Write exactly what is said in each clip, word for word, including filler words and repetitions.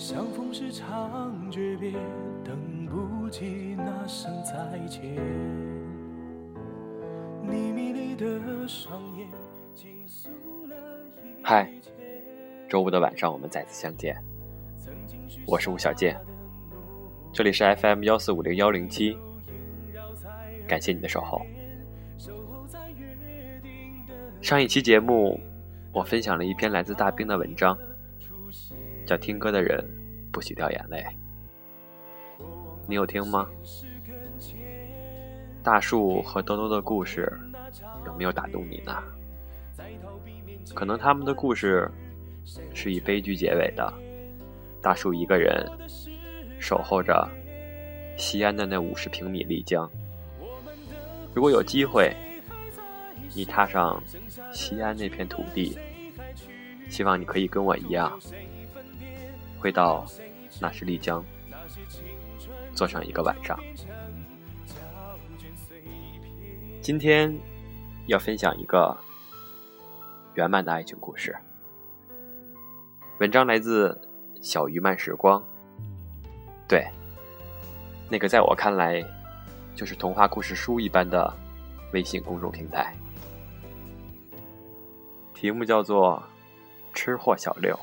相逢时常诀别，等不及那声再见。你迷离的双眼倾诉了一切。 嗨，周五的晚上我们再次相见，我是吴小健，这里是 F M 一四五零一零七，感谢你的守候。上一期节目我分享了一篇来自大兵的文章，叫听歌的人不许掉眼泪，你有听吗？大树和兜兜的故事有没有打动你呢？可能他们的故事是以悲剧结尾的，大树一个人守候着西安的那五十平米丽江。如果有机会你踏上西安那片土地，希望你可以跟我一样回到那是丽江，坐上一个晚上。今天要分享一个圆满的爱情故事，文章来自小鱼慢时光，对，那个在我看来就是童话故事书一般的微信公众平台，题目叫做吃货小六。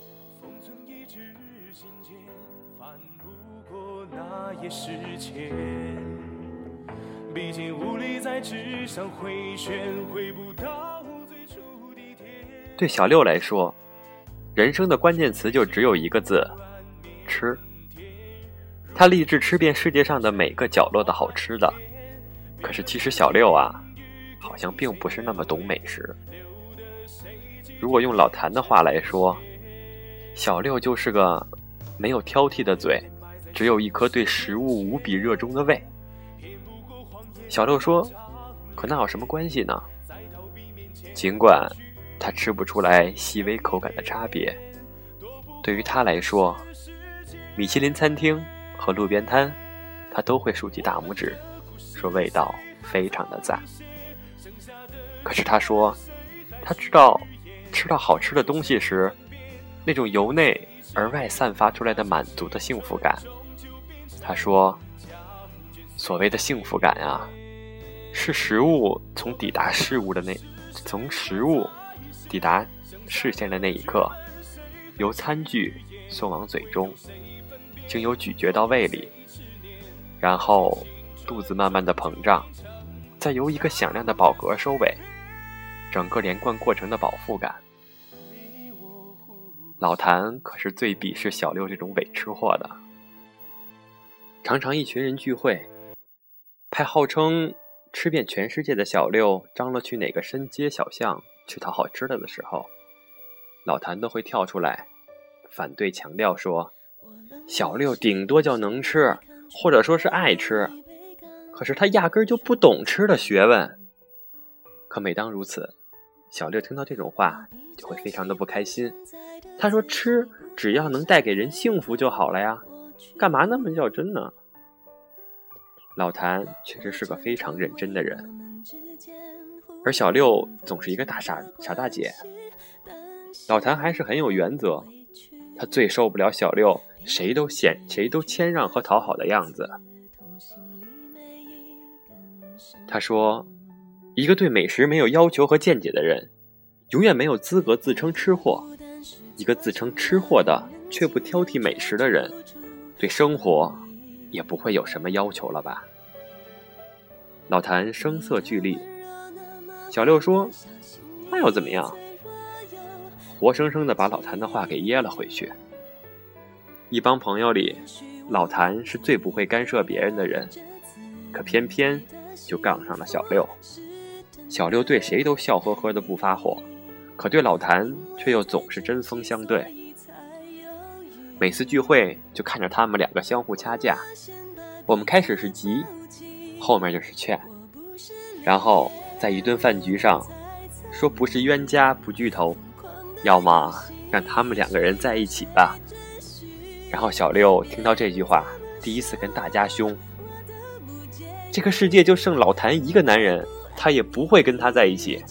也是钱，毕竟无力在纸上回旋，回不到最初地点。 对小六来说，人生的关键词就只有一个字，吃。他立志吃遍世界上的每个角落的好吃的，可是其实小六啊，好像并不是那么懂美食。如果用老谭的话来说，小六就是个没有挑剔的嘴，只有一颗对食物无比热衷的胃。小六说，可那有什么关系呢？尽管他吃不出来细微口感的差别，对于他来说，米其林餐厅和路边摊他都会竖起大拇指，说味道非常的赞。可是他说，他知道吃到好吃的东西时，那种由内而外散发出来的满足的幸福感。他说，所谓的幸福感啊，是食物从抵达事物的那从食物抵达视线的那一刻，由餐具送往嘴中，经由咀嚼到胃里，然后肚子慢慢的膨胀，再由一个响亮的饱嗝收尾，整个连贯过程的饱腹感。老谭可是最鄙视小六这种伪吃货的。常常一群人聚会，派号称吃遍全世界的小六张罗去哪个深街小巷去讨好吃的的时候，老谭都会跳出来反对，强调说，小六顶多叫能吃，或者说是爱吃，可是他压根就不懂吃的学问。可每当如此，小六听到这种话就会非常的不开心。他说，吃只要能带给人幸福就好了呀，干嘛那么较真呢？老谭确实是个非常认真的人，而小六总是一个大傻傻大姐。老谭还是很有原则，他最受不了小六谁都显谁都谦让和讨好的样子。他说，一个对美食没有要求和见解的人，永远没有资格自称吃货。一个自称吃货的却不挑剔美食的人，对生活也不会有什么要求了吧？老谭声色俱厉。小六说，那又怎么样？活生生的把老谭的话给噎了回去。一帮朋友里，老谭是最不会干涉别人的人，可偏偏就杠上了小六。小六对谁都笑呵呵的不发火，可对老谭却又总是针锋相对。每次聚会就看着他们两个相互掐架，我们开始是急，后面就是劝，然后在一顿饭局上说不是冤家不聚头，要么让他们两个人在一起吧。然后小六听到这句话，第一次跟大家凶，这个世界就剩老谭一个男人，他也不会跟他在一起。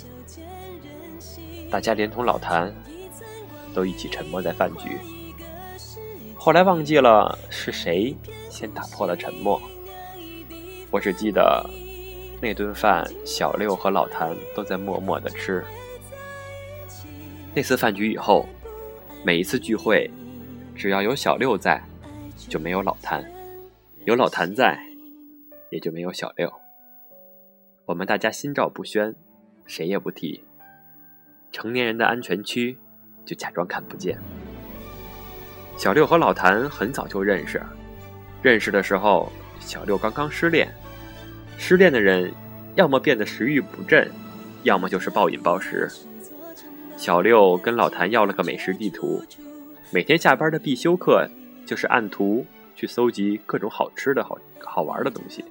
大家连同老谭都一起沉默在饭局。 后来忘记了是谁先打破了沉默，我只记得那顿饭小六和老谭都在默默地吃。那次饭局以后，每一次聚会只要有小六在就没有老谭，有老谭在也就没有小六。我们大家心照不宣，谁也不提，成年人的安全区就假装看不见。小六和老谭很早就认识，认识的时候小六刚刚失恋，失恋的人要么变得食欲不振，要么就是暴饮暴食。小六跟老谭要了个美食地图，每天下班的必修课就是按图去搜集各种好吃的好好玩的东西。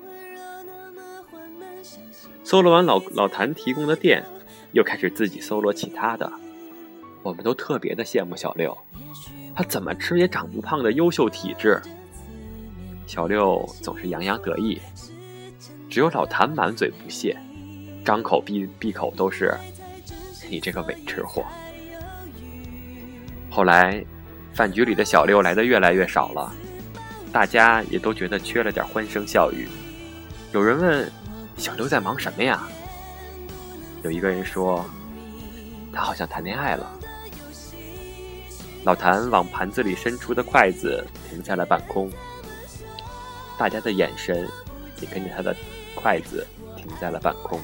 搜罗完老老谭提供的店，又开始自己搜罗其他的。我们都特别的羡慕小六，他怎么吃也长不胖的优秀体质。小六总是洋洋得意，只有老谭满嘴不屑，张口闭闭口都是你这个伪吃货。后来饭局里的小六来的越来越少了，大家也都觉得缺了点欢声笑语。有人问小六在忙什么呀？有一个人说他好像谈恋爱了。老谭往盘子里伸出的筷子停在了半空，大家的眼神也跟着他的筷子停在了半空。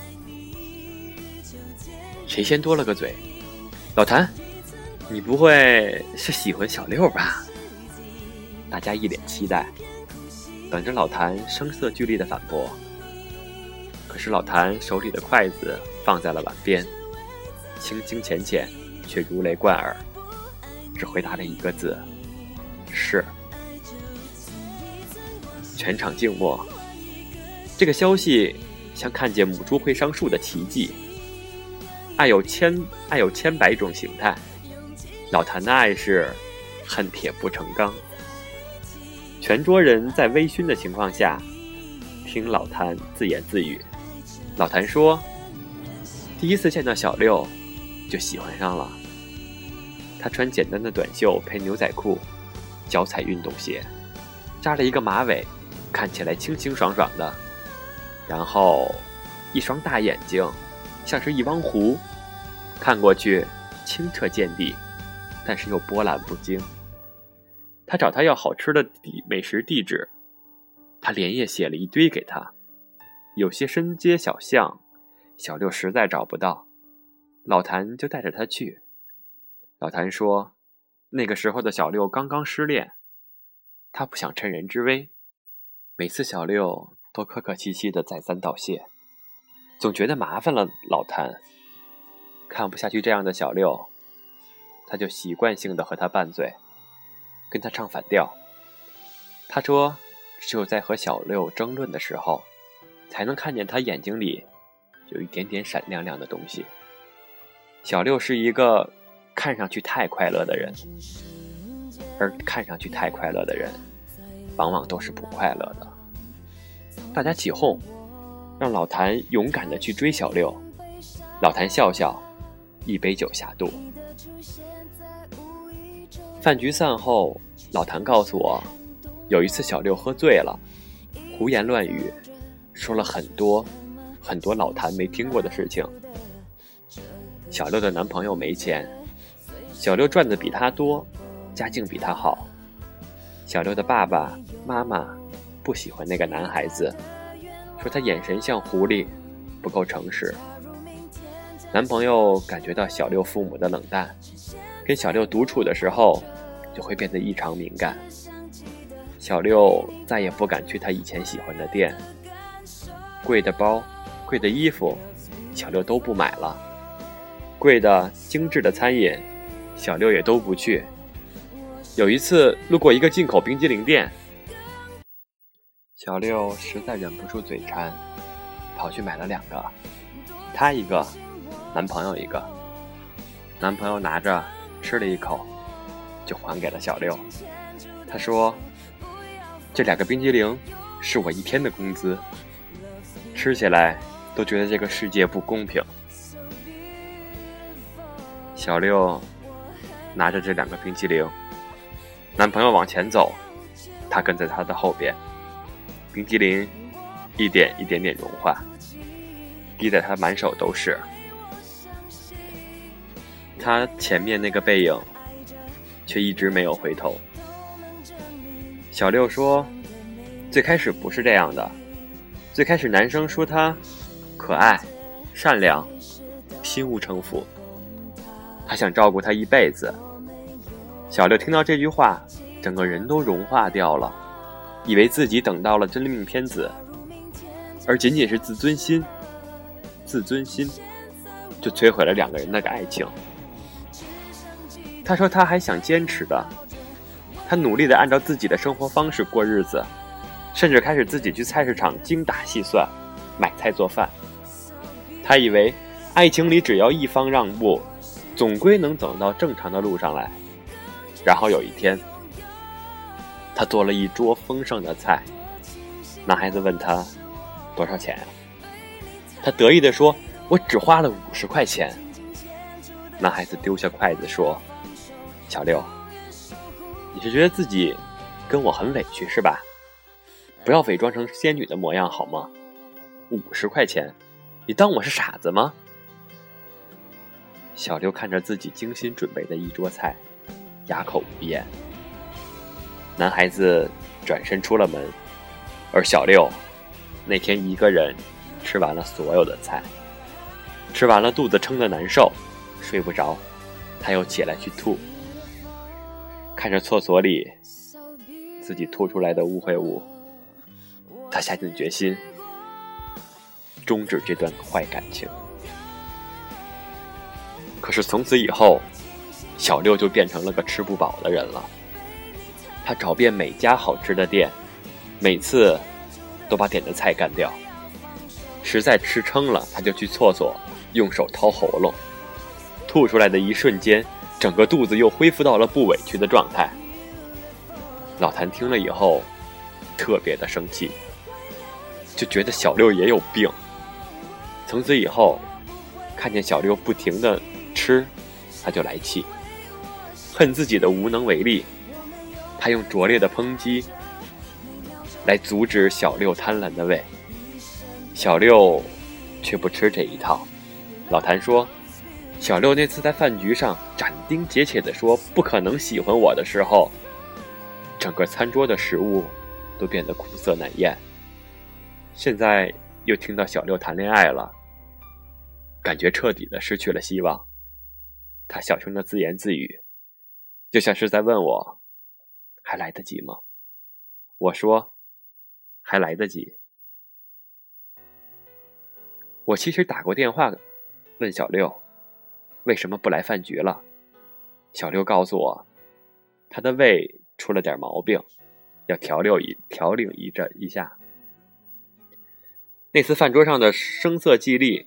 谁先多了个嘴？老谭，你不会是喜欢小六吧？大家一脸期待，等着老谭声色俱厉的反驳。可是老谭手里的筷子放在了碗边，清清浅浅却如雷贯耳，只回答了一个字：是。全场静默。这个消息像看见母猪会上树的奇迹。爱有千爱有千百种形态，老谭的爱是恨铁不成钢。全桌人在微醺的情况下听老谭自言自语。老谭说，第一次见到小六就喜欢上了。他穿简单的短袖配牛仔裤，脚踩运动鞋，扎了一个马尾，看起来清清爽爽的，然后一双大眼睛像是一汪湖，看过去清澈见底，但是又波澜不惊。他找他要好吃的美食地址，他连夜写了一堆给他，有些深街小巷小六实在找不到，老谭就带着他去。老谭说，那个时候的小六刚刚失恋，他不想趁人之危，每次小六都客客气气的再三道谢，总觉得麻烦了老谭。看不下去这样的小六，他就习惯性的和他拌嘴，跟他唱反调。他说，只有在和小六争论的时候，才能看见他眼睛里有一点点闪亮亮的东西。小六是一个看上去太快乐的人，而看上去太快乐的人往往都是不快乐的。大家起哄，让老谭勇敢地去追小六。老谭笑笑，一杯酒下肚。饭局散后，老谭告诉我，有一次小六喝醉了，胡言乱语，说了很多很多老谭没听过的事情。小六的男朋友没钱，小六赚的比他多，家境比他好。小六的爸爸妈妈不喜欢那个男孩子，说他眼神像狐狸，不够诚实。男朋友感觉到小六父母的冷淡，跟小六独处的时候就会变得异常敏感。小六再也不敢去他以前喜欢的店，贵的包贵的衣服小六都不买了，贵的精致的餐饮小六也都不去。有一次路过一个进口冰激凌店，小六实在忍不住嘴馋，跑去买了两个，他一个，男朋友一个。男朋友拿着吃了一口，就还给了小六。他说，这两个冰激凌是我一天的工资，吃起来都觉得这个世界不公平。小六拿着这两个冰淇淋， 男朋友往前走，她跟在他的后边，冰激凌一点一点点融化，滴得她满手都是。他前面那个背影却一直没有回头。小六说，最开始不是这样的，最开始男生说他可爱善良心无城府，他想照顾他一辈子。小六听到这句话，整个人都融化掉了，以为自己等到了真命天子，而仅仅是自尊心自尊心就摧毁了两个人的爱情。他说他还想坚持的，他努力地按照自己的生活方式过日子，甚至开始自己去菜市场精打细算买菜做饭。他以为爱情里只要一方让步，总归能走到正常的路上来。然后有一天，他做了一桌丰盛的菜，男孩子问他多少钱呀、啊？他得意地说，我只花了五十块钱。男孩子丢下筷子说，小六，你是觉得自己跟我很委屈是吧？不要伪装成仙女的模样好吗？五十块钱，你当我是傻子吗？小六看着自己精心准备的一桌菜，哑口无言。男孩子转身出了门，而小六那天一个人吃完了所有的菜，吃完了肚子撑得难受，睡不着，他又起来去吐。看着厕所里自己吐出来的污秽物，他下定决心终止这段坏感情。可是从此以后，小六就变成了个吃不饱的人了。他找遍每家好吃的店，每次都把点的菜干掉，实在吃撑了，他就去厕所用手掏喉咙，吐出来的一瞬间，整个肚子又恢复到了不委屈的状态。老谭听了以后特别的生气，就觉得小六也有病。从此以后看见小六不停的吃，他就来气，恨自己的无能为力。他用拙劣的抨击来阻止小六贪婪的胃，小六却不吃这一套。老谭说，小六那次在饭局上斩钉截铁地说不可能喜欢我的时候，整个餐桌的食物都变得苦涩难咽。现在又听到小六谈恋爱了，感觉彻底的失去了希望。他小声的自言自语，就像是在问我还来得及吗？我说还来得及。我其实打过电话问小六为什么不来饭局了。小六告诉我，他的胃出了点毛病，要调理一调理一这一下。那次饭桌上的声色俱厉，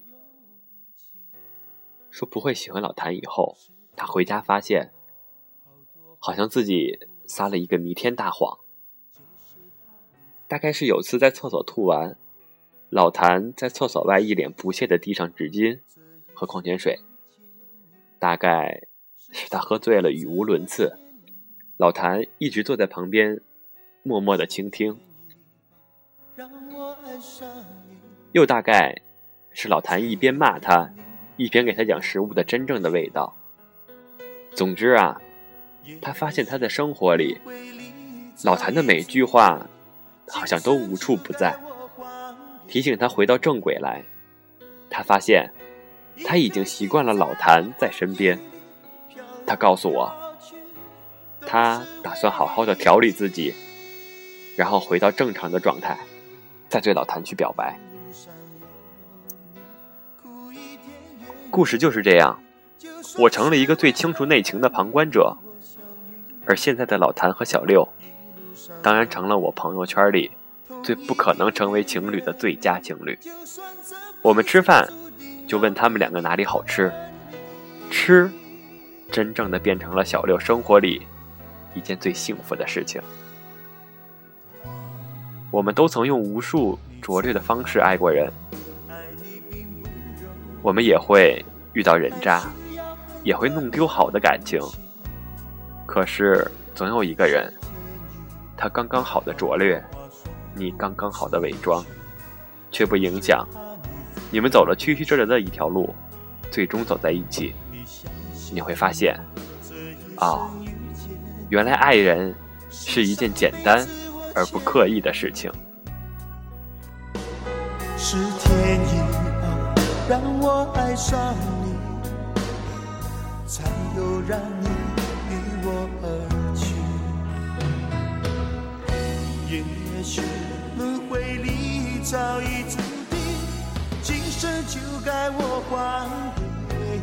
说不会喜欢老谭以后，他回家发现好像自己撒了一个弥天大谎。大概是有次在厕所吐完，老谭在厕所外一脸不屑地递上纸巾和矿泉水，大概是他喝醉了语无伦次。老谭一直坐在旁边默默地倾听，又大概是老谭一边骂他一边给他讲食物的真正的味道。总之啊，他发现他的生活里，老谭的每句话好像都无处不在，提醒他回到正轨来。他发现他已经习惯了老谭在身边。他告诉我，他打算好好的调理自己，然后回到正常的状态，再对老谭去表白。故事就是这样，我成了一个最清楚内情的旁观者，而现在的老谭和小六当然成了我朋友圈里最不可能成为情侣的最佳情侣。我们吃饭就问他们两个哪里好吃，吃真正的变成了小六生活里一件最幸福的事情。我们都曾用无数拙劣的方式爱过人，我们也会遇到人渣，也会弄丢好的感情，可是总有一个人，他刚刚好的拙劣，你刚刚好的伪装，却不影响你们走了曲曲折折的一条路，最终走在一起。你会发现，哦，原来爱人是一件简单而不刻意的事情。 是天意啊，让我爱上你，才有让你与我而去。也许轮回里早已注定，今生就该我还给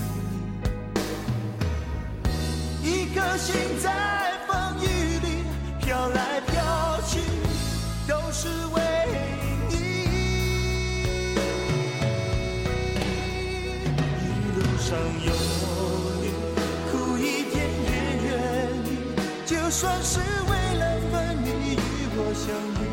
你。一颗心在风雨里飘来飘去，都是为上有你，苦一点也愿意，就算是为了分你与我相遇。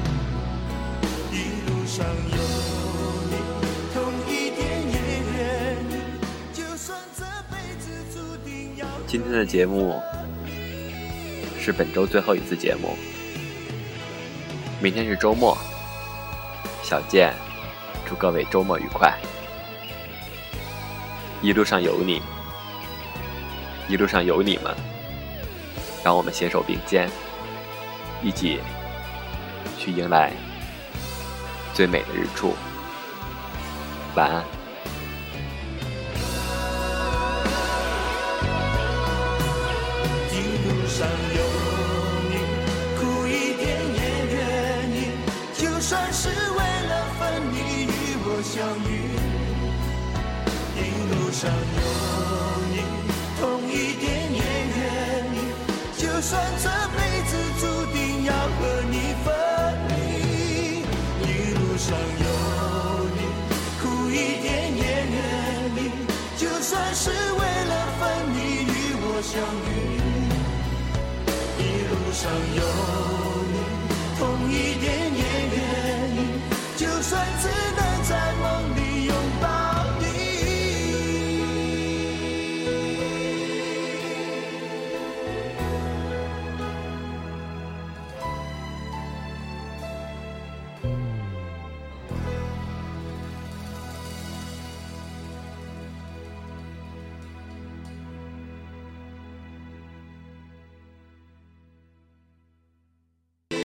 一路上有你，痛一点也愿意，就算这辈子注定要。 今天的节目是本周最后一次节目，明天是周末，小健祝各位周末愉快。一路上有你，一路上有你们，让我们携手并肩，一起去迎来最美的日出。晚安。 一路上有你，苦一点也愿意，就算是为了分你与我相遇。一路上有你，痛一点也愿意，就算这辈子注定要和你分离。一路上有你，苦一点也愿意，就算是为了分你与我相遇。一路上有